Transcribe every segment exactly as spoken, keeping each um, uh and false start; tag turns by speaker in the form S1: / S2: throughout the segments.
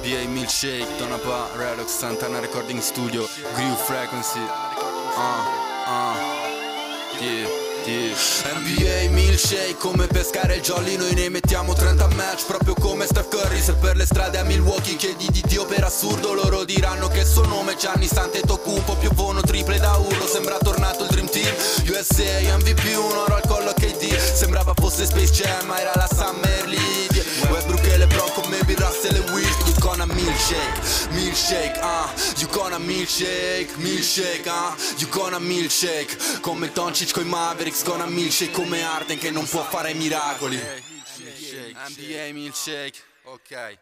S1: B A Milkshake, Tonapa, Relox, Santana Recording Studio, Groove Frequency. Uh, uh, yeah, yeah. N B A Milkshake, come pescare il jolly, noi ne mettiamo trenta match, proprio come Steph Curry. Se per le strade a Milwaukee chiedi di Dio per assurdo, loro diranno che il suo nome è Gianni Antetokounmpo. Piovono triple da urlo, sembra tornato il Dream Team. U S A M V P, un oro al collo K D. Sembrava fosse Space Jam, ma era la Summer League. Westbrook e LeBron come Bill Russell e Wilt. You gonna milkshake, milkshake, ah uh. You gonna milkshake, milkshake, ah uh. You gonna milkshake. Come Doncic coi Mavericks, gonna milkshake come Harden che non può fare miracoli. N B A milkshake, ok.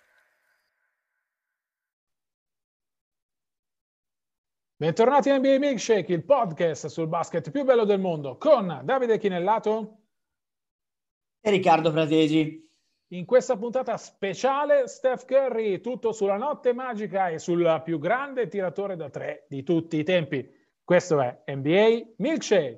S2: Bentornati a N B A Milkshake, il podcast sul basket più bello del mondo, con Davide Chinellato
S3: e Riccardo Fratesi.
S2: In questa puntata speciale Steph Curry, tutto sulla notte magica e sul più grande tiratore da tre di tutti i tempi. Questo è N B A Milkshake.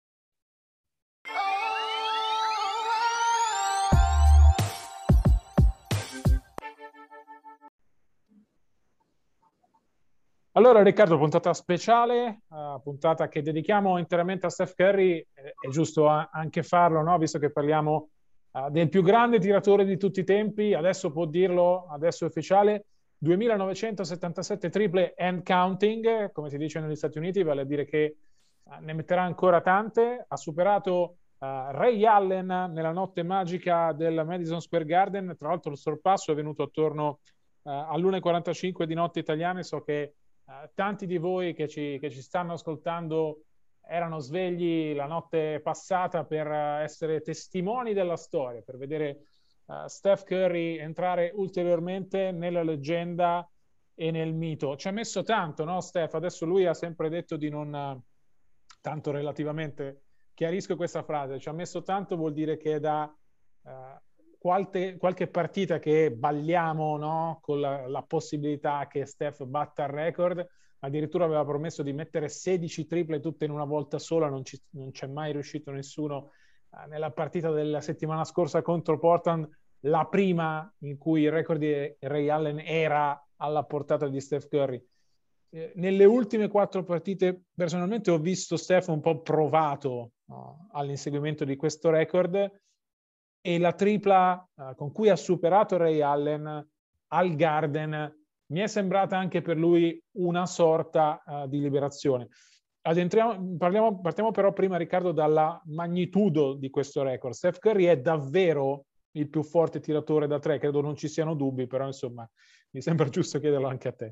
S2: Allora Riccardo, puntata speciale, uh, puntata che dedichiamo interamente a Steph Curry, eh, è giusto a- anche farlo, no? Visto che parliamo uh, del più grande tiratore di tutti i tempi, adesso può dirlo, adesso è ufficiale, duemilanovecentosettantasette triple and counting, come si dice negli Stati Uniti, vale a dire che uh, ne metterà ancora tante, ha superato uh, Ray Allen nella notte magica del Madison Square Garden, tra l'altro il sorpasso è venuto attorno uh, all'una e quarantacinque di notte italiane, so che Uh, tanti di voi che ci, che ci stanno ascoltando erano svegli la notte passata per uh, essere testimoni della storia, per vedere uh, Steph Curry entrare ulteriormente nella leggenda e nel mito. Ci ha messo tanto, no Steph? Adesso lui ha sempre detto di non, uh, tanto relativamente, chiarisco questa frase, ci ha messo tanto vuol dire che è da uh, qualche, qualche partita che balliamo, no? Con la, la possibilità che Steph batta il record, addirittura aveva promesso di mettere sedici triple tutte in una volta sola, non, ci, non c'è mai riuscito nessuno eh, nella partita della settimana scorsa contro Portland, la prima in cui il record di Ray Allen era alla portata di Steph Curry. Eh, nelle ultime quattro partite personalmente ho visto Steph un po' provato no, all'inseguimento di questo record, e la tripla uh, con cui ha superato Ray Allen al Garden mi è sembrata anche per lui una sorta uh, di liberazione. Adentriamo, parliamo, partiamo però prima, Riccardo, dalla magnitudo di questo record. Steph Curry è davvero il più forte tiratore da tre, credo non ci siano dubbi, però insomma mi sembra giusto chiederlo anche a te.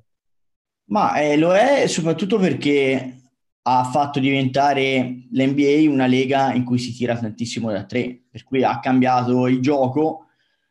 S3: Ma eh, lo è soprattutto perché ha fatto diventare l'N B A una lega in cui si tira tantissimo da tre, per cui ha cambiato il gioco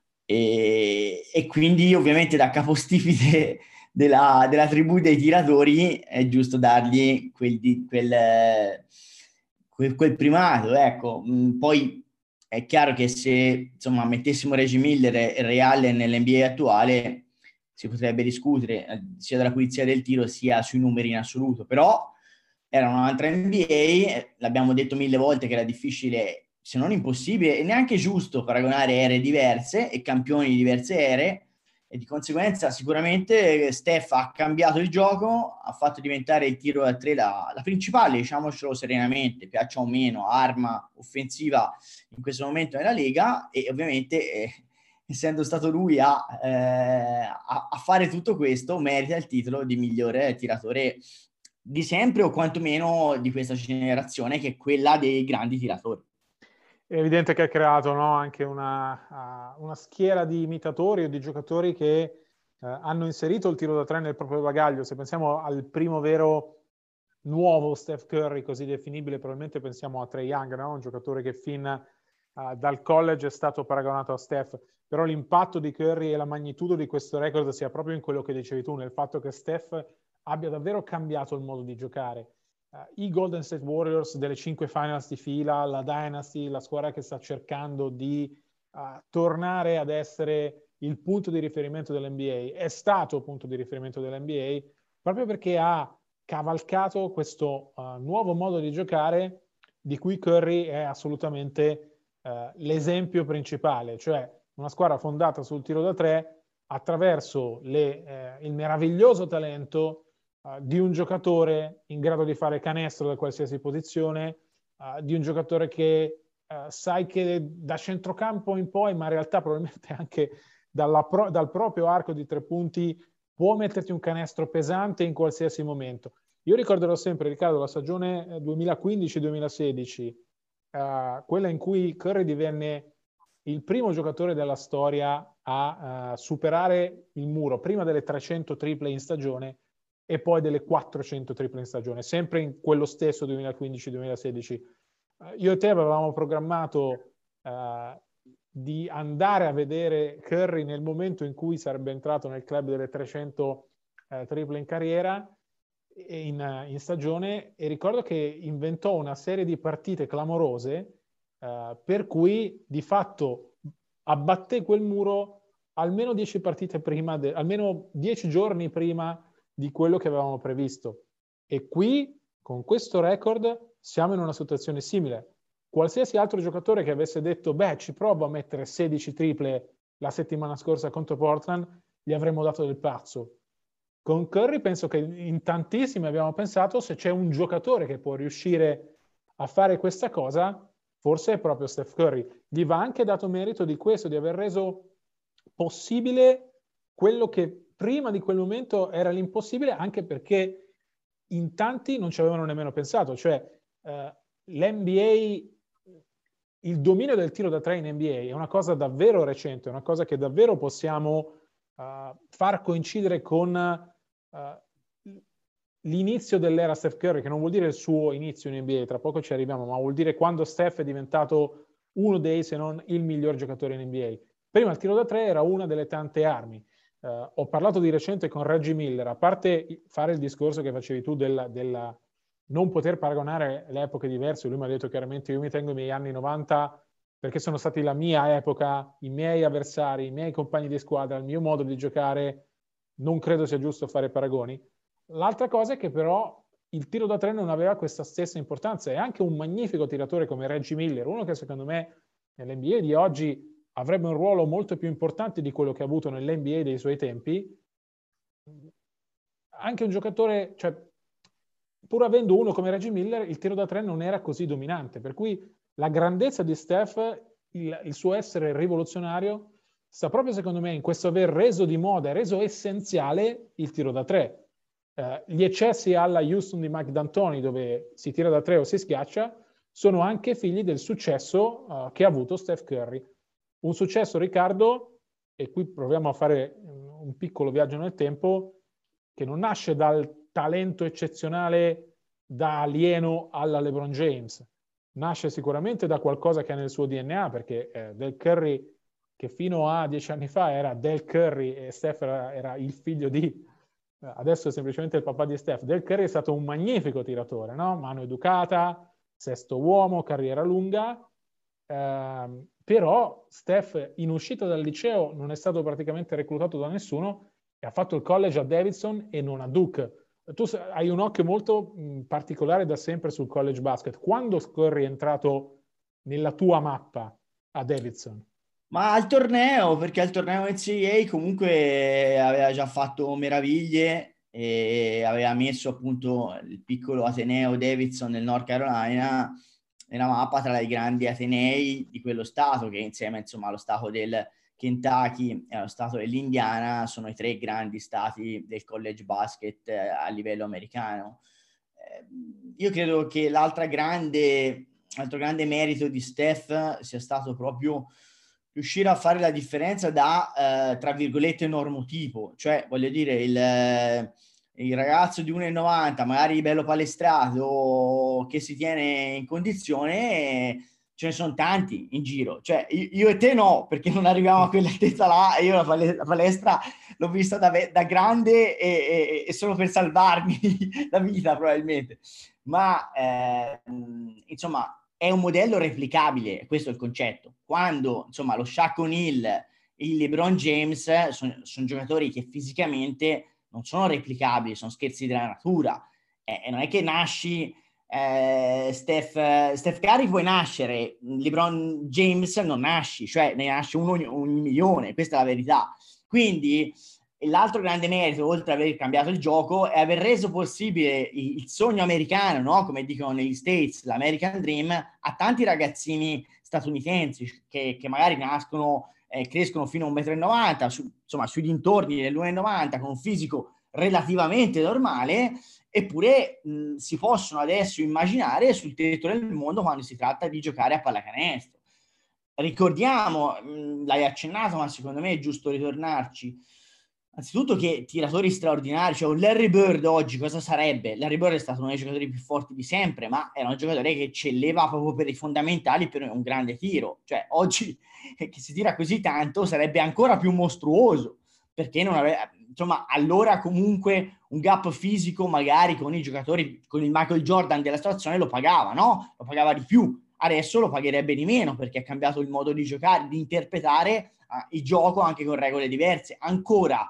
S3: e, e quindi ovviamente da capostipite della, della tribù dei tiratori è giusto dargli quel, quel, quel, quel primato, ecco. Poi è chiaro che se insomma mettessimo Reggie Miller e Ray Allen nell'N B A attuale si potrebbe discutere sia della pulizia del tiro sia sui numeri in assoluto, però era un'altra N B A, l'abbiamo detto mille volte che era difficile, se non impossibile, e neanche giusto paragonare ere diverse e campioni di diverse ere, e di conseguenza sicuramente Steph ha cambiato il gioco, ha fatto diventare il tiro da tre la, la principale, diciamocelo serenamente, piaccia o meno, arma offensiva in questo momento nella Lega, e ovviamente eh, essendo stato lui a, eh, a, a fare tutto questo, merita il titolo di migliore tiratore di sempre, o quantomeno di questa generazione, che è quella dei grandi tiratori.
S2: È evidente che ha creato no, anche una, uh, una schiera di imitatori o di giocatori che uh, hanno inserito il tiro da tre nel proprio bagaglio. Se pensiamo al primo vero nuovo Steph Curry, così definibile, probabilmente pensiamo a Trae Young, no? Un giocatore che fin uh, dal college è stato paragonato a Steph. Però l'impatto di Curry e la magnitudo di questo record sia proprio in quello che dicevi tu, nel fatto che Steph abbia davvero cambiato il modo di giocare. Uh, I Golden State Warriors delle cinque finals di fila, la Dynasty, la squadra che sta cercando di uh, tornare ad essere il punto di riferimento dell'N B A, è stato punto di riferimento dell'N B A proprio perché ha cavalcato questo uh, nuovo modo di giocare di cui Curry è assolutamente uh, l'esempio principale, cioè una squadra fondata sul tiro da tre attraverso le, eh, il meraviglioso talento uh, di un giocatore in grado di fare canestro da qualsiasi posizione, uh, di un giocatore che uh, sai che da centrocampo in poi, ma in realtà probabilmente anche dalla pro- dal proprio arco di tre punti, può metterti un canestro pesante in qualsiasi momento. Io ricorderò sempre, Riccardo, la stagione duemilaquindici duemilasedici, uh, quella in cui Curry divenne il primo giocatore della storia a uh, superare il muro, prima delle trecento triple in stagione e poi delle quattrocento triple in stagione, sempre in quello stesso duemilaquindici duemilasedici. Uh, io e te avevamo programmato uh, di andare a vedere Curry nel momento in cui sarebbe entrato nel club delle trecento uh, triple in carriera, in, in stagione, e ricordo che inventò una serie di partite clamorose Uh, per cui di fatto abbatté quel muro almeno dieci partite prima, de- almeno dieci giorni prima di quello che avevamo previsto. E qui, con questo record, siamo in una situazione simile. Qualsiasi altro giocatore che avesse detto, beh, ci provo a mettere sedici triple la settimana scorsa contro Portland, gli avremmo dato del pazzo. Con Curry penso che in tantissimi abbiamo pensato, se c'è un giocatore che può riuscire a fare questa cosa, forse è proprio Steph Curry. Gli va anche dato merito di questo, di aver reso possibile quello che prima di quel momento era l'impossibile, anche perché in tanti non ci avevano nemmeno pensato. Cioè eh, l'N B A, il dominio del tiro da tre in N B A è una cosa davvero recente, è una cosa che davvero possiamo uh, far coincidere con uh, l'inizio dell'era Steph Curry, che non vuol dire il suo inizio in N B A, tra poco ci arriviamo, ma vuol dire quando Steph è diventato uno dei, se non il miglior giocatore in N B A. Prima il tiro da tre era una delle tante armi. Uh, ho parlato di recente con Reggie Miller, a parte fare il discorso che facevi tu della, della non poter paragonare le epoche diverse, lui mi ha detto chiaramente io mi tengo i miei anni novanta perché sono stati la mia epoca, i miei avversari, i miei compagni di squadra, il mio modo di giocare, non credo sia giusto fare paragoni. L'altra cosa è che però il tiro da tre non aveva questa stessa importanza, e anche un magnifico tiratore come Reggie Miller, uno che secondo me nell'N B A di oggi avrebbe un ruolo molto più importante di quello che ha avuto nell'N B A dei suoi tempi, anche un giocatore, cioè pur avendo uno come Reggie Miller, il tiro da tre non era così dominante, per cui la grandezza di Steph, il, il suo essere rivoluzionario, sta proprio secondo me in questo aver reso di moda, reso essenziale il tiro da tre. Uh, gli eccessi alla Houston di Mike D'Antoni, dove si tira da tre o si schiaccia, sono anche figli del successo uh, che ha avuto Steph Curry. Un successo, Riccardo, e qui proviamo a fare un piccolo viaggio nel tempo, che non nasce dal talento eccezionale da alieno alla LeBron James, nasce sicuramente da qualcosa che ha nel suo D N A, perché eh, Del Curry, che fino a dieci anni fa era Del Curry e Steph era, era il figlio di, adesso è semplicemente il papà di Steph. Del Curry è stato un magnifico tiratore, no? Mano educata, sesto uomo, carriera lunga, eh, però Steph in uscita dal liceo non è stato praticamente reclutato da nessuno e ha fatto il college a Davidson e non a Duke. Tu hai un occhio molto mh, particolare da sempre sul college basket. Quando Curry è entrato nella tua mappa a Davidson?
S3: Ma al torneo, perché al torneo N C A A comunque aveva già fatto meraviglie e aveva messo appunto il piccolo Ateneo Davidson nel North Carolina nella mappa tra i grandi atenei di quello stato, che insieme insomma allo stato del Kentucky e allo stato dell'Indiana sono i tre grandi stati del college basket eh, a livello americano. Eh, io credo che l'altra grande, l'altro grande merito di Steph sia stato proprio riuscire a fare la differenza da, eh, tra virgolette, normotipo. Cioè, voglio dire, il, il ragazzo di uno virgola novanta, magari bello palestrato, che si tiene in condizione, ce ne sono tanti in giro. Cioè, io e te no, perché non arriviamo a quell'altezza là, e io la palestra l'ho vista da, da grande e, e, e solo per salvarmi la vita, probabilmente. Ma, eh, insomma, è un modello replicabile, questo è il concetto. Quando, insomma, lo Shaq O'Neal, il LeBron James sono, sono giocatori che fisicamente non sono replicabili, sono scherzi della natura. E eh, non è che nasci eh, Steph, Steph Curry puoi nascere, LeBron James non nasci, cioè ne nasce uno ogni, ogni milione, questa è la verità. Quindi l'altro grande merito, oltre ad aver cambiato il gioco, è aver reso possibile il sogno americano, no? Come dicono negli States, l'American Dream, a tanti ragazzini statunitensi che, che magari nascono, eh, crescono fino a un metro e novanta, su, insomma sui dintorni dell'uno virgola novanta, con un fisico relativamente normale, eppure mh, si possono adesso immaginare sul tetto del mondo quando si tratta di giocare a pallacanestro. Ricordiamo, mh, l'hai accennato, ma secondo me è giusto ritornarci, anzitutto che tiratori straordinari, cioè un Larry Bird oggi cosa sarebbe? Larry Bird è stato uno dei giocatori più forti di sempre, ma era un giocatore che eccelleva proprio per i fondamentali, per un grande tiro. Cioè oggi che si tira così tanto sarebbe ancora più mostruoso, perché non aveva, insomma, allora comunque un gap fisico magari con i giocatori, con il Michael Jordan della situazione lo pagava, no? Lo pagava di più. Adesso lo pagherebbe di meno perché ha cambiato il modo di giocare, di interpretare uh, il gioco anche con regole diverse. Ancora,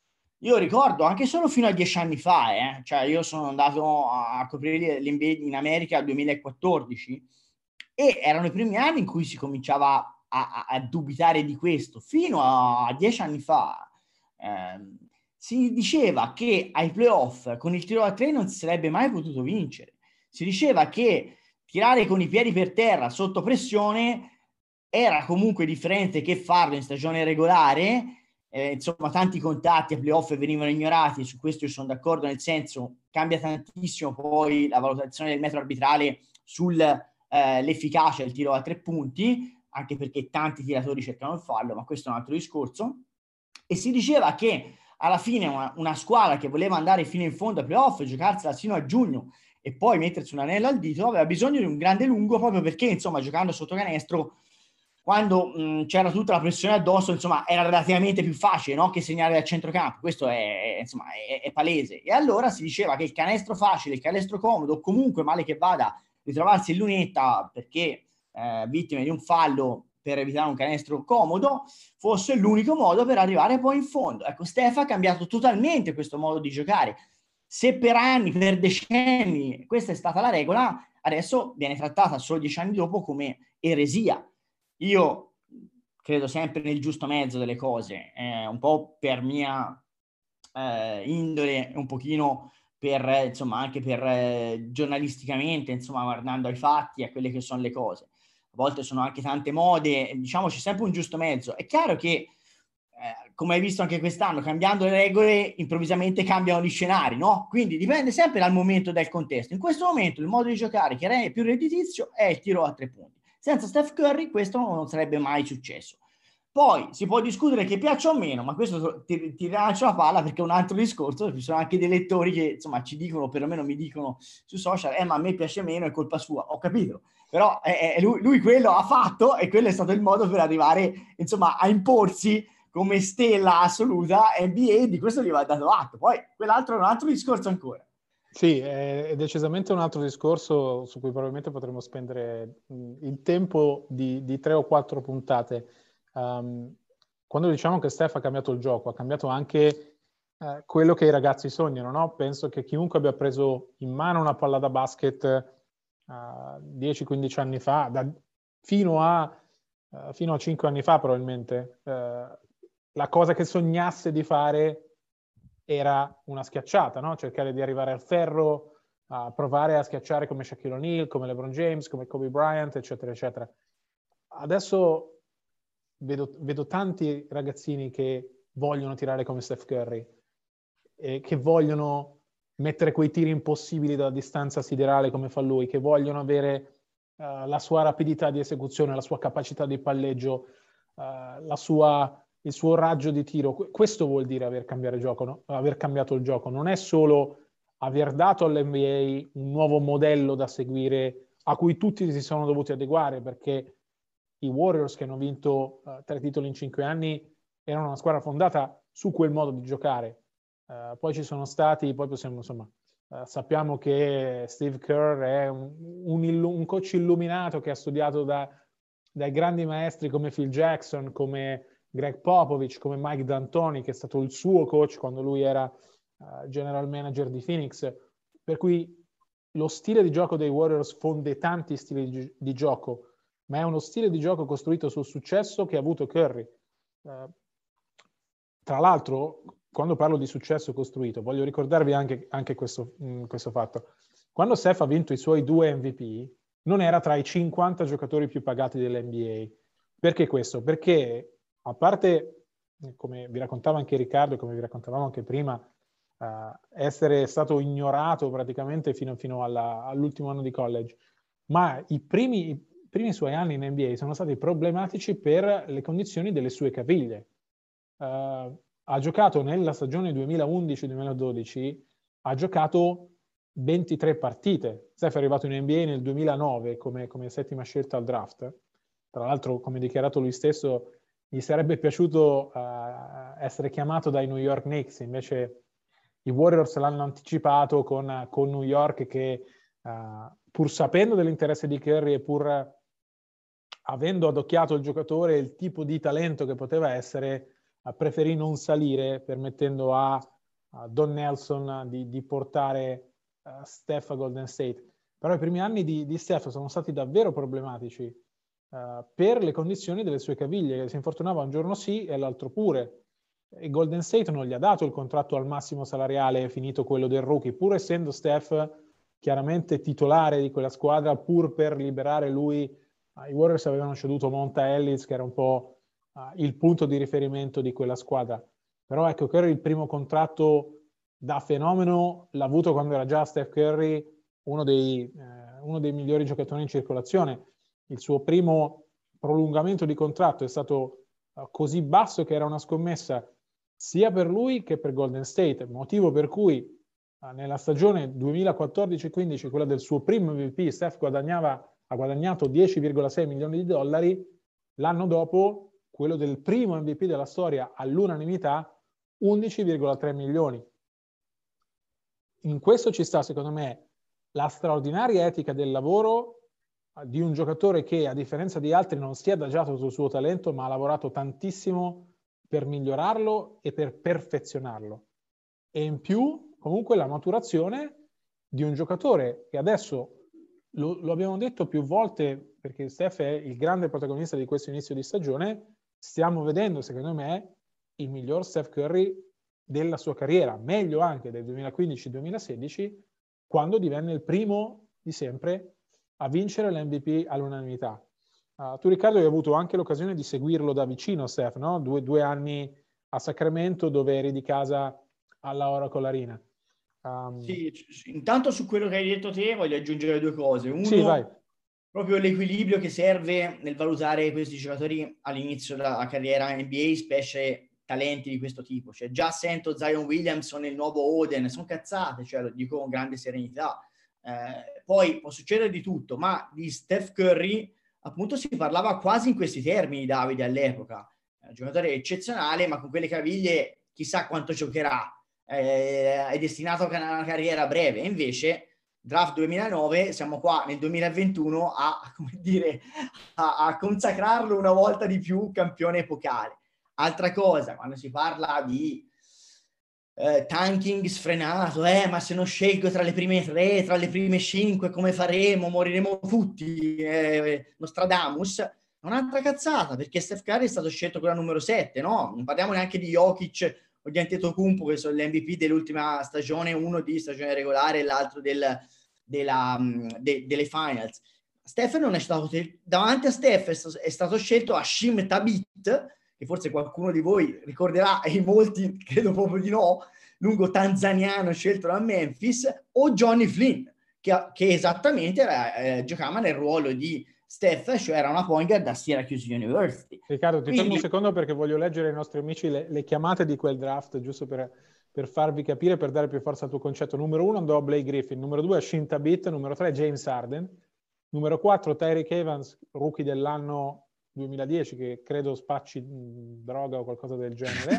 S3: io ricordo anche solo fino a dieci anni fa, eh, cioè io sono andato a coprire l'N B A in America nel duemilaquattordici e erano i primi anni in cui si cominciava a, a, a dubitare di questo. Fino a dieci anni fa ehm, si diceva che ai playoff con il tiro da tre non si sarebbe mai potuto vincere. Si diceva che tirare con i piedi per terra sotto pressione era comunque differente che farlo in stagione regolare. Eh, insomma, tanti contatti a playoff venivano ignorati, su questo io sono d'accordo, nel senso cambia tantissimo poi la valutazione del metro arbitrale sull'efficacia eh, del tiro a tre punti, anche perché tanti tiratori cercano il fallo, ma questo è un altro discorso. E si diceva che alla fine una, una squadra che voleva andare fino in fondo a playoff, giocarsela sino a giugno e poi mettersi un anello al dito, aveva bisogno di un grande lungo, proprio perché insomma giocando sotto canestro, quando mh, c'era tutta la pressione addosso, insomma, era relativamente più facile, no? Che segnare dal centrocampo. Questo è, è, insomma, è, è palese. E allora si diceva che il canestro facile, il canestro comodo, comunque male che vada, ritrovarsi in lunetta perché eh, vittime di un fallo per evitare un canestro comodo, fosse l'unico modo per arrivare poi in fondo. Ecco, Steph ha cambiato totalmente questo modo di giocare. Se per anni, per decenni, questa è stata la regola, adesso viene trattata solo dieci anni dopo come eresia. Io credo sempre nel giusto mezzo delle cose, eh, un po' per mia eh, indole, un pochino per, eh, insomma, anche per eh, giornalisticamente, insomma, guardando ai fatti e a quelle che sono le cose. A volte sono anche tante mode, diciamo c'è sempre un giusto mezzo. È chiaro che, eh, come hai visto anche quest'anno, cambiando le regole, improvvisamente cambiano gli scenari, no? Quindi dipende sempre dal momento e dal contesto. In questo momento il modo di giocare che è più redditizio è il tiro a tre punti. Senza Steph Curry questo non sarebbe mai successo. Poi si può discutere che piaccia o meno, ma questo ti, ti lancio la palla perché è un altro discorso. Ci sono anche dei lettori che insomma ci dicono, perlomeno mi dicono su social, eh ma a me piace meno, è colpa sua. Ho capito, però eh, lui, lui quello ha fatto e quello è stato il modo per arrivare insomma a imporsi come stella assoluta N B A, di questo gli va dato atto. Poi quell'altro è un altro discorso ancora.
S2: Sì, è decisamente un altro discorso su cui probabilmente potremmo spendere il tempo di, di tre o quattro puntate. Um, quando diciamo che Steph ha cambiato il gioco, ha cambiato anche uh, quello che i ragazzi sognano, no? Penso che chiunque abbia preso in mano una palla da basket uh, dieci quindici anni fa, da, fino, a, uh, fino a cinque anni fa probabilmente, uh, la cosa che sognasse di fare era una schiacciata, no? Cercare di arrivare al ferro, a provare a schiacciare come Shaquille O'Neal, come LeBron James, come Kobe Bryant, eccetera, eccetera. Adesso vedo, vedo tanti ragazzini che vogliono tirare come Steph Curry, e che vogliono mettere quei tiri impossibili da distanza siderale come fa lui, che vogliono avere uh, la sua rapidità di esecuzione, la sua capacità di palleggio, uh, la sua... il suo raggio di tiro. Questo vuol dire aver cambiato il gioco, no? Aver cambiato il gioco. Non è solo aver dato all'N B A un nuovo modello da seguire a cui tutti si sono dovuti adeguare, perché i Warriors, che hanno vinto uh, tre titoli in cinque anni, erano una squadra fondata su quel modo di giocare. Uh, poi ci sono stati, poi possiamo, insomma, uh, sappiamo che Steve Kerr è un, un, illu- un coach illuminato che ha studiato da, dai grandi maestri come Phil Jackson, come Greg Popovich, come Mike D'Antoni, che è stato il suo coach quando lui era uh, general manager di Phoenix, per cui lo stile di gioco dei Warriors fonde tanti stili di, di gioco, ma è uno stile di gioco costruito sul successo che ha avuto Curry. Uh, tra l'altro, quando parlo di successo costruito, voglio ricordarvi anche, anche questo, mh, questo fatto. Quando Steph ha vinto i suoi due M V P, non era tra i cinquanta giocatori più pagati dell'N B A. Perché questo? Perché, a parte, come vi raccontava anche Riccardo, come vi raccontavamo anche prima, uh, essere stato ignorato praticamente fino, fino alla, all'ultimo anno di college, ma i primi, i primi suoi anni in N B A sono stati problematici per le condizioni delle sue caviglie. Uh, ha giocato nella stagione duemilaundici duemiladodici, ha giocato ventitré partite. Steph è arrivato in N B A nel duemilanove come, come settima scelta al draft. Tra l'altro, come dichiarato lui stesso, gli sarebbe piaciuto uh, essere chiamato dai New York Knicks, invece i Warriors l'hanno anticipato con, con New York che, uh, pur sapendo dell'interesse di Curry e pur avendo adocchiato il giocatore e il tipo di talento che poteva essere, preferì non salire, permettendo a, a Don Nelson di, di portare uh, Steph a Golden State. Però i primi anni di, di Steph sono stati davvero problematici uh, per le condizioni delle sue caviglie. Si infortunava un giorno sì e l'altro pure. E Golden State non gli ha dato il contratto al massimo salariale, finito quello del rookie, pur essendo Steph chiaramente titolare di quella squadra, pur per liberare lui. Uh, I Warriors avevano ceduto Monta Ellis, che era un po' Uh, il punto di riferimento di quella squadra. Però ecco, Curry il primo contratto da fenomeno l'ha avuto quando era già Steph Curry uno dei, eh, uno dei migliori giocatori in circolazione. Il suo primo prolungamento di contratto è stato uh, così basso che era una scommessa sia per lui che per Golden State, motivo per cui uh, nella stagione duemilaquattordici quindici, quella del suo primo M V P, Steph guadagnava, ha guadagnato dieci virgola sei milioni di dollari. L'anno dopo, quello del primo M V P della storia all'unanimità, undici virgola tre milioni. In questo ci sta, secondo me, la straordinaria etica del lavoro di un giocatore che, a differenza di altri, non si è adagiato sul suo talento, ma ha lavorato tantissimo per migliorarlo e per perfezionarlo. E in più, comunque, la maturazione di un giocatore che adesso, lo, lo abbiamo detto più volte, perché Steph è il grande protagonista di questo inizio di stagione, stiamo vedendo, secondo me, il miglior Steph Curry della sua carriera, meglio anche del duemilaquindici duemilasedici, quando divenne il primo di sempre a vincere l'M V P all'unanimità. Uh, tu, Riccardo, hai avuto anche l'occasione di seguirlo da vicino, Steph, no? Due, due anni a Sacramento, dove eri di casa alla Oracle Arena. Um...
S3: Sì, intanto su quello che hai detto te voglio aggiungere due cose. Uno,
S2: sì, vai.
S3: Proprio l'equilibrio che serve nel valutare questi giocatori all'inizio della carriera N B A, specie talenti di questo tipo. Cioè, già sento Zion Williamson nel nuovo Oden, sono cazzate, cioè lo dico con grande serenità. Eh, poi può succedere di tutto, ma di Steph Curry appunto si parlava quasi in questi termini, Davide, all'epoca. È un giocatore eccezionale, ma con quelle caviglie chissà quanto giocherà. Eh, è destinato a una carriera breve. E invece draft duemilanove, siamo qua nel duemilaventuno a, come dire, a, a consacrarlo una volta di più campione epocale. Altra cosa, quando si parla di eh, tanking sfrenato, eh, ma se non scelgo tra le prime tre, tra le prime cinque, come faremo? Moriremo tutti, eh, Nostradamus. Un'altra cazzata, perché Steph Curry è stato scelto con la numero sette, no? Non parliamo neanche di Jokic o di Antetokounmpo, che sono l'M V P dell'ultima stagione, uno di stagione regolare e l'altro del, della, de, delle finals. Steph non è stato, davanti a Steph è stato, è stato scelto Hashim Thabit, che forse qualcuno di voi ricorderà, e molti credo proprio di no, lungo tanzaniano scelto da Memphis, o Johnny Flynn, che, che esattamente era, eh, giocava nel ruolo di Steph, cioè era una point guard da Syracuse University.
S2: Riccardo, ti
S3: Quindi...
S2: fermo un secondo perché voglio leggere ai nostri amici le, le chiamate di quel draft, giusto per, per farvi capire, per dare più forza al tuo concetto. Numero uno andò Blake Griffin, numero due Hashim Thabit, numero tre James Harden, numero quattro Tyreke Evans, rookie dell'anno duemiladieci, che credo spacci mh, droga o qualcosa del genere.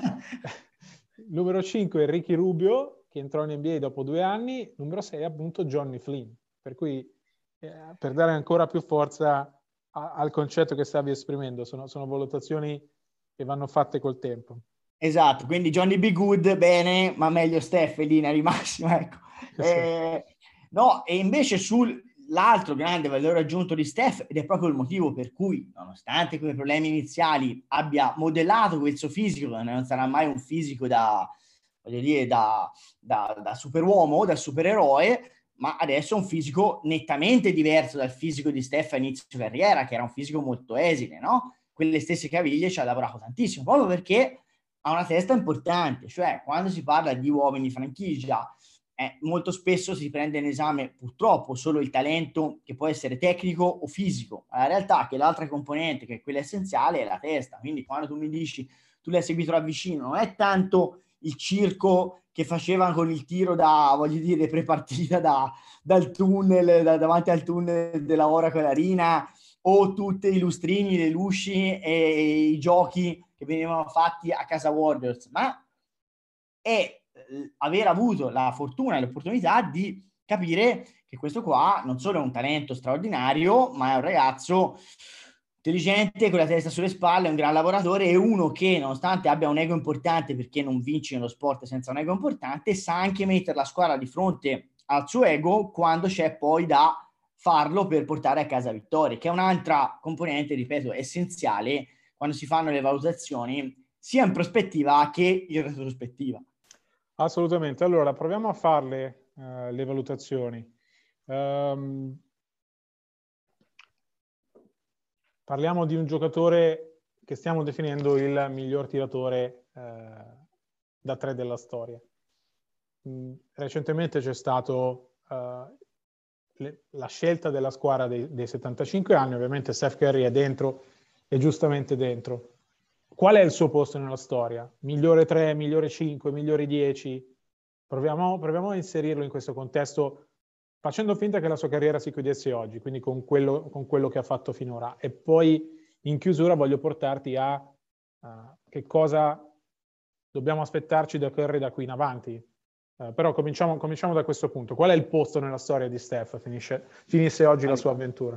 S2: Numero cinque Ricky Rubio, che entrò in N B A dopo due anni. Numero sei appunto Johnny Flynn. Per cui, eh, per dare ancora più forza a, al concetto che stavi esprimendo, sono, sono valutazioni che vanno fatte col tempo.
S3: Esatto, quindi Johnny B. Good, bene, ma meglio Steph in linea di massima, ecco.
S2: Sì.
S3: Eh, No, e invece sull'altro grande valore aggiunto di Steph, ed è proprio il motivo per cui, nonostante quei problemi iniziali, abbia modellato quel suo fisico, non sarà mai un fisico da, voglio dire, da, da, da superuomo, da supereroe, ma adesso è un fisico nettamente diverso dal fisico di Steph a inizio carriera, che era un fisico molto esile, no? Quelle stesse caviglie ci ha lavorato tantissimo, proprio perché ha una testa importante, cioè quando si parla di uomini franchigia, eh, molto spesso si prende in esame purtroppo solo il talento che può essere tecnico o fisico, ma la realtà è che l'altra componente, che è quella essenziale, è la testa. Quindi quando tu mi dici tu l'hai seguito da vicino, non è tanto il circo che facevano con il tiro da, voglio dire, prepartita da, dal tunnel, da, davanti al tunnel della Oracle Arena, o tutti i lustrini, le luci e i giochi che venivano fatti a casa Warriors, ma è aver avuto la fortuna e l'opportunità di capire che questo qua non solo è un talento straordinario, ma è un ragazzo intelligente, con la testa sulle spalle, è un gran lavoratore, e uno che, nonostante abbia un ego importante, perché non vinci nello sport senza un ego importante, sa anche mettere la squadra di fronte al suo ego quando c'è poi da farlo per portare a casa vittorie, che è un'altra componente, ripeto, essenziale quando si fanno le valutazioni sia in prospettiva che in retrospettiva.
S2: Assolutamente. Allora, proviamo a farle uh, le valutazioni. Um, parliamo di un giocatore che stiamo definendo il miglior tiratore uh, da tre della storia. Mm, recentemente c'è stato uh, le, la scelta della squadra dei, dei settantacinque anni, ovviamente Steph Curry è dentro, è giustamente dentro. Qual è il suo posto nella storia? Migliore tre, migliore cinque, migliore dieci? Proviamo, proviamo a inserirlo in questo contesto, facendo finta che la sua carriera si chiudesse oggi, quindi con quello, con quello che ha fatto finora. E poi in chiusura voglio portarti a uh, che cosa dobbiamo aspettarci da Curry da qui in avanti. Uh, però cominciamo, cominciamo da questo punto. Qual è il posto nella storia di Steph? Finisce, finisse oggi la sua avventura?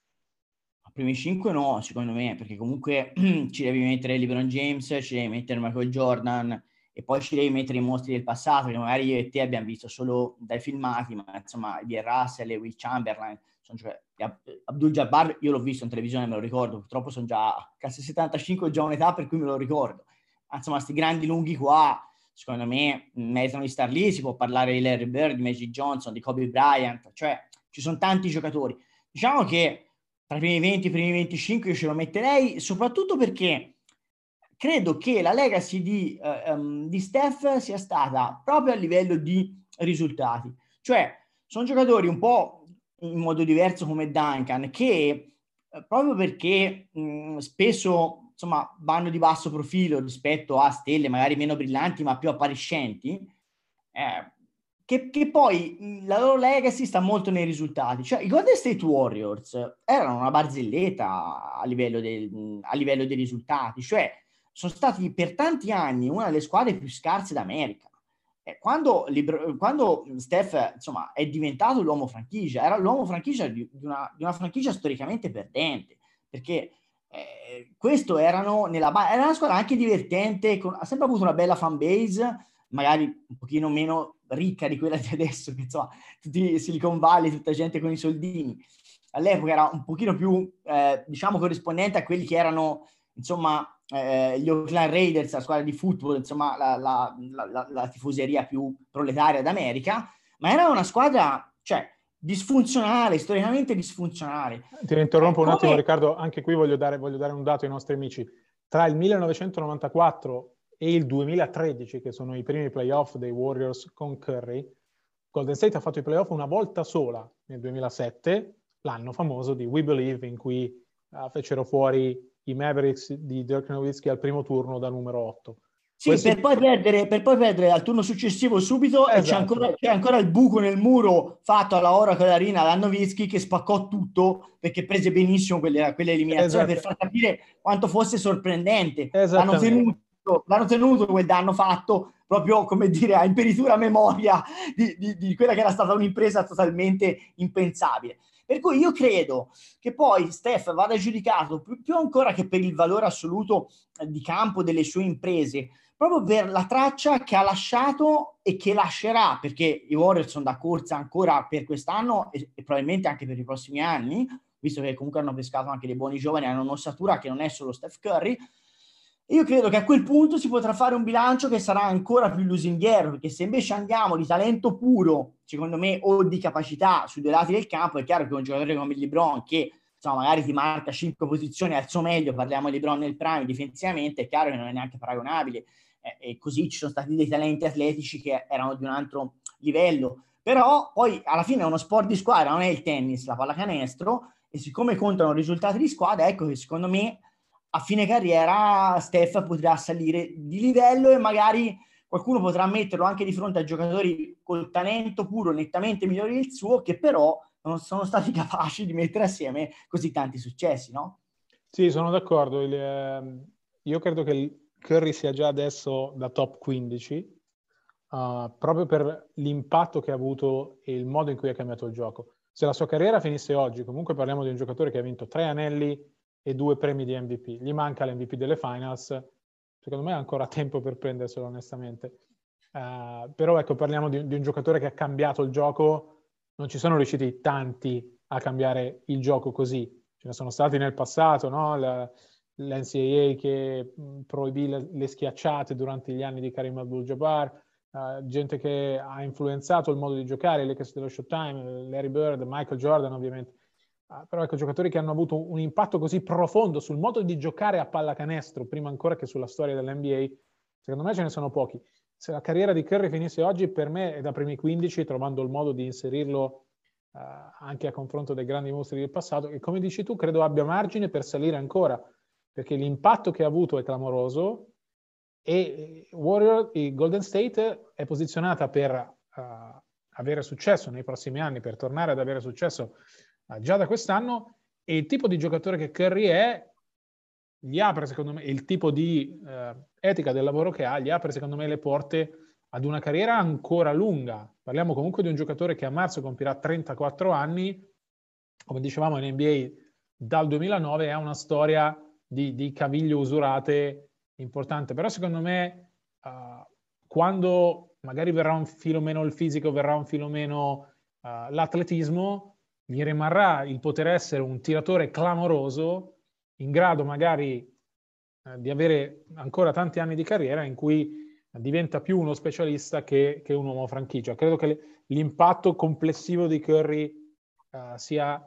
S3: Primi cinque no, secondo me, perché comunque ci devi mettere LeBron James, ci devi mettere Michael Jordan e poi ci devi mettere i mostri del passato che magari io e te abbiamo visto solo dai filmati, ma insomma Bill Russell e Will Chamberlain, sono, cioè, Abdul-Jabbar io l'ho visto in televisione, me lo ricordo, purtroppo sono già cazzo settantacinque, già un'età per cui me lo ricordo. Insomma, questi grandi lunghi qua, secondo me, meritano di star lì. Si può parlare di Larry Bird, di Magic Johnson, di Kobe Bryant, cioè ci sono tanti giocatori. Diciamo che tra i primi venti e i primi venticinque io ce lo metterei, soprattutto perché credo che la legacy di, uh, um, di Steph sia stata proprio a livello di risultati. Cioè, sono giocatori un po' in modo diverso come Duncan, che uh, proprio perché mh, spesso insomma vanno di basso profilo rispetto a stelle magari meno brillanti ma più appariscenti, eh, Che, che poi la loro legacy sta molto nei risultati. Cioè i Golden State Warriors erano una barzelletta a livello, del, a livello dei risultati, cioè sono stati per tanti anni una delle squadre più scarse d'America. E quando, quando Steph insomma è diventato l'uomo franchigia, era l'uomo franchigia di una, di una franchigia storicamente perdente, perché eh, questo erano nella era una squadra anche divertente, con, ha sempre avuto una bella fan base, magari un pochino meno ricca di quella di adesso, che insomma tutti Silicon Valley, tutta gente con i soldini. All'epoca era un pochino più eh, diciamo corrispondente a quelli che erano insomma eh, gli Oakland Raiders, la squadra di football, insomma la, la, la, la tifoseria più proletaria d'America, ma era una squadra cioè disfunzionale, storicamente disfunzionale.
S2: Ti interrompo
S3: eh,
S2: un attimo
S3: come...
S2: Riccardo, anche qui voglio dare, voglio dare un dato ai nostri amici. Tra il millenovecentonovantaquattro e il duemilatredici, che sono i primi playoff dei Warriors con Curry, Golden State ha fatto i playoff una volta sola nel duemilasette, l'anno famoso di We Believe, in cui uh, fecero fuori i Mavericks di Dirk Nowitzki al primo turno da numero otto.
S3: Sì, Questo... per, poi perdere, per poi perdere al turno successivo subito, esatto. E c'è ancora, c'è ancora il buco nel muro fatto alla Oracle Arena da Nowitzki, che spaccò tutto perché prese benissimo quelle, quelle eliminazioni, esatto. Per far capire quanto fosse sorprendente. L'hanno tenuto l'hanno tenuto quel danno fatto proprio, come dire, a imperitura memoria di, di, di quella che era stata un'impresa totalmente impensabile. Per cui io credo che poi Steph vada giudicato più, più ancora che per il valore assoluto di campo delle sue imprese, proprio per la traccia che ha lasciato e che lascerà, perché i Warriors sono da corsa ancora per quest'anno e, e probabilmente anche per i prossimi anni, visto che comunque hanno pescato anche dei buoni giovani, hanno un'ossatura che non è solo Steph Curry. Io credo che a quel punto si potrà fare un bilancio che sarà ancora più lusinghiero, perché se invece andiamo di talento puro, secondo me, o di capacità sui due lati del campo, è chiaro che un giocatore come LeBron, che insomma magari ti marca cinque posizioni al suo meglio, parliamo di LeBron nel prime difensivamente, è chiaro che non è neanche paragonabile, eh, e così ci sono stati dei talenti atletici che erano di un altro livello, però poi alla fine è uno sport di squadra, non è il tennis, la pallacanestro, e siccome contano risultati di squadra, ecco che secondo me a fine carriera Steph potrà salire di livello e magari qualcuno potrà metterlo anche di fronte a giocatori col talento puro nettamente migliori del suo, che però non sono stati capaci di mettere assieme così tanti successi, no?
S2: Sì, sono d'accordo. Il, eh, io credo che il Curry sia già adesso da top quindici, uh, proprio per l'impatto che ha avuto e il modo in cui ha cambiato il gioco. Se la sua carriera finisse oggi, comunque parliamo di un giocatore che ha vinto tre anelli e due premi di M V P. Gli manca l'M V P delle finals. Secondo me ha ancora tempo per prenderselo, onestamente. Uh, però ecco, parliamo di, di un giocatore che ha cambiato il gioco. Non ci sono riusciti tanti a cambiare il gioco così. Ce ne sono stati nel passato, no? La, l'N C A A che mh, proibì le, le schiacciate durante gli anni di Kareem Abdul-Jabbar, uh, gente che ha influenzato il modo di giocare, le dello Showtime, Larry Bird, Michael Jordan ovviamente. Uh, però ecco, giocatori che hanno avuto un impatto così profondo sul modo di giocare a pallacanestro, prima ancora che sulla storia dell'N B A, secondo me ce ne sono pochi. Se la carriera di Curry finisse oggi, per me è da primi quindici, trovando il modo di inserirlo uh, anche a confronto dei grandi mostri del passato, e come dici tu, credo abbia margine per salire ancora, perché l'impatto che ha avuto è clamoroso e Warrior, il Golden State è posizionata per uh, avere successo nei prossimi anni, per tornare ad avere successo uh, già da quest'anno, e il tipo di giocatore che Curry è gli apre, secondo me, il tipo di eh, etica del lavoro che ha, gli apre, secondo me, le porte ad una carriera ancora lunga. Parliamo comunque di un giocatore che a marzo compirà trentaquattro anni, come dicevamo in N B A dal duemilanove, ha una storia di, di caviglie usurate importante, però secondo me uh, quando magari verrà un filo meno il fisico, verrà un filo meno uh, l'atletismo, gli rimarrà il poter essere un tiratore clamoroso, in grado magari eh, di avere ancora tanti anni di carriera in cui diventa più uno specialista che, che un uomo franchigia. Credo che le, l'impatto complessivo di Curry eh, sia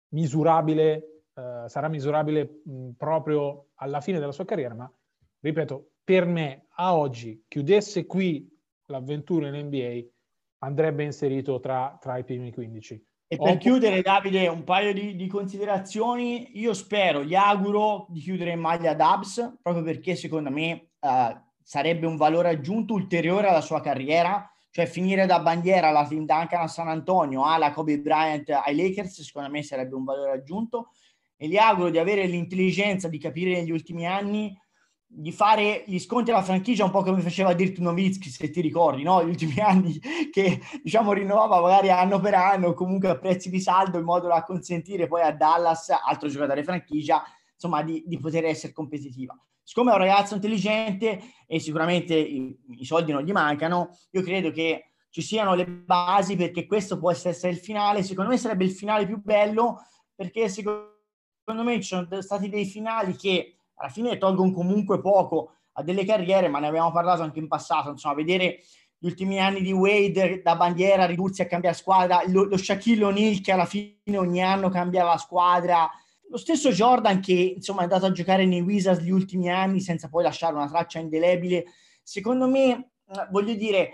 S2: misurabile, eh, sarà misurabile mh, proprio alla fine della sua carriera, ma ripeto, per me a oggi chiudesse qui l'avventura in N B A, andrebbe inserito tra, tra i primi quindici.
S3: E per chiudere, Davide, un paio di, di considerazioni. Io spero, gli auguro di chiudere in maglia Dubs, proprio perché secondo me uh, sarebbe un valore aggiunto ulteriore alla sua carriera, cioè finire da bandiera alla Tim Duncan a San Antonio, alla Kobe Bryant ai Lakers, secondo me sarebbe un valore aggiunto, e gli auguro di avere l'intelligenza di capire negli ultimi anni di fare gli sconti alla franchigia un po' come faceva Dirk Nowitzki, se ti ricordi, no? Gli ultimi anni che, diciamo, rinnovava magari anno per anno, comunque a prezzi di saldo, in modo da consentire poi a Dallas, altro giocatore franchigia, insomma, di, di poter essere competitiva. Siccome è un ragazzo intelligente e sicuramente i, i soldi non gli mancano, io credo che ci siano le basi perché questo può essere il finale. Secondo me sarebbe il finale più bello, perché secondo me ci sono stati dei finali che alla fine tolgono comunque poco a delle carriere, ma ne abbiamo parlato anche in passato, insomma, vedere gli ultimi anni di Wade da bandiera ridursi a cambiare squadra, lo, lo Shaquille O'Neal che alla fine ogni anno cambiava squadra, lo stesso Jordan che insomma è andato a giocare nei Wizards gli ultimi anni senza poi lasciare una traccia indelebile. Secondo me, voglio dire,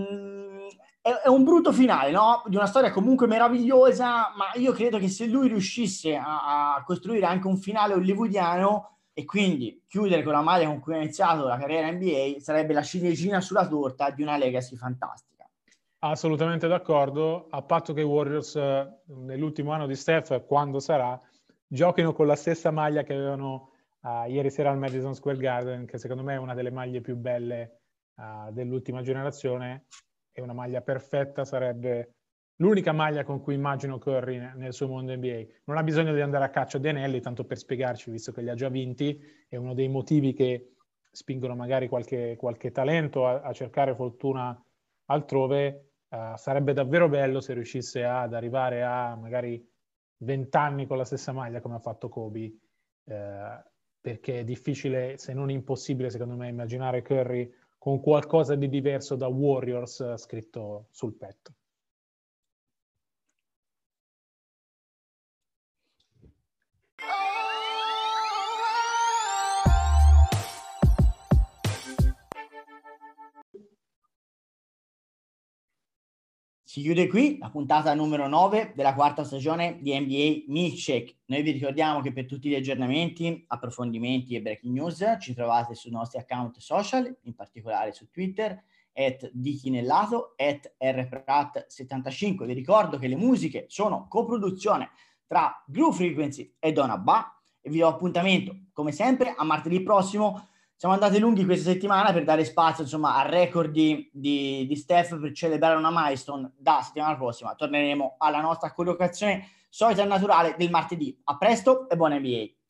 S3: mh, è, è un brutto finale, no? Di una storia comunque meravigliosa, ma io credo che se lui riuscisse a, a costruire anche un finale hollywoodiano e quindi chiudere con la maglia con cui ha iniziato la carriera N B A, sarebbe la ciliegina sulla torta di una legacy fantastica.
S2: Assolutamente d'accordo, a patto che i Warriors nell'ultimo anno di Steph, quando sarà, giochino con la stessa maglia che avevano uh, ieri sera al Madison Square Garden, che secondo me è una delle maglie più belle uh, dell'ultima generazione, e una maglia perfetta, sarebbe l'unica maglia con cui immagino Curry nel suo mondo N B A. Non ha bisogno di andare a caccia di anelli, tanto per spiegarci, visto che li ha già vinti, è uno dei motivi che spingono magari qualche, qualche talento a, a cercare fortuna altrove. Uh, sarebbe davvero bello se riuscisse ad arrivare a magari vent'anni con la stessa maglia come ha fatto Kobe, uh, perché è difficile, se non impossibile, secondo me, immaginare Curry con qualcosa di diverso da Warriors uh, scritto sul petto.
S3: Si chiude qui la puntata numero nove della quarta stagione di N B A Milkshake. Noi vi ricordiamo che per tutti gli aggiornamenti, approfondimenti e breaking news ci trovate sui nostri account social, in particolare su Twitter, at dichinellato, at rprat settantacinque. Vi ricordo che le musiche sono coproduzione tra Groove Frequency e Donna Ba, e vi do appuntamento, come sempre, a martedì prossimo. Siamo andati lunghi questa settimana per dare spazio, insomma, al record di, di, di Steph, per celebrare una milestone. Da settimana prossima torneremo alla nostra collocazione solita e naturale del martedì. A presto e buona N B A!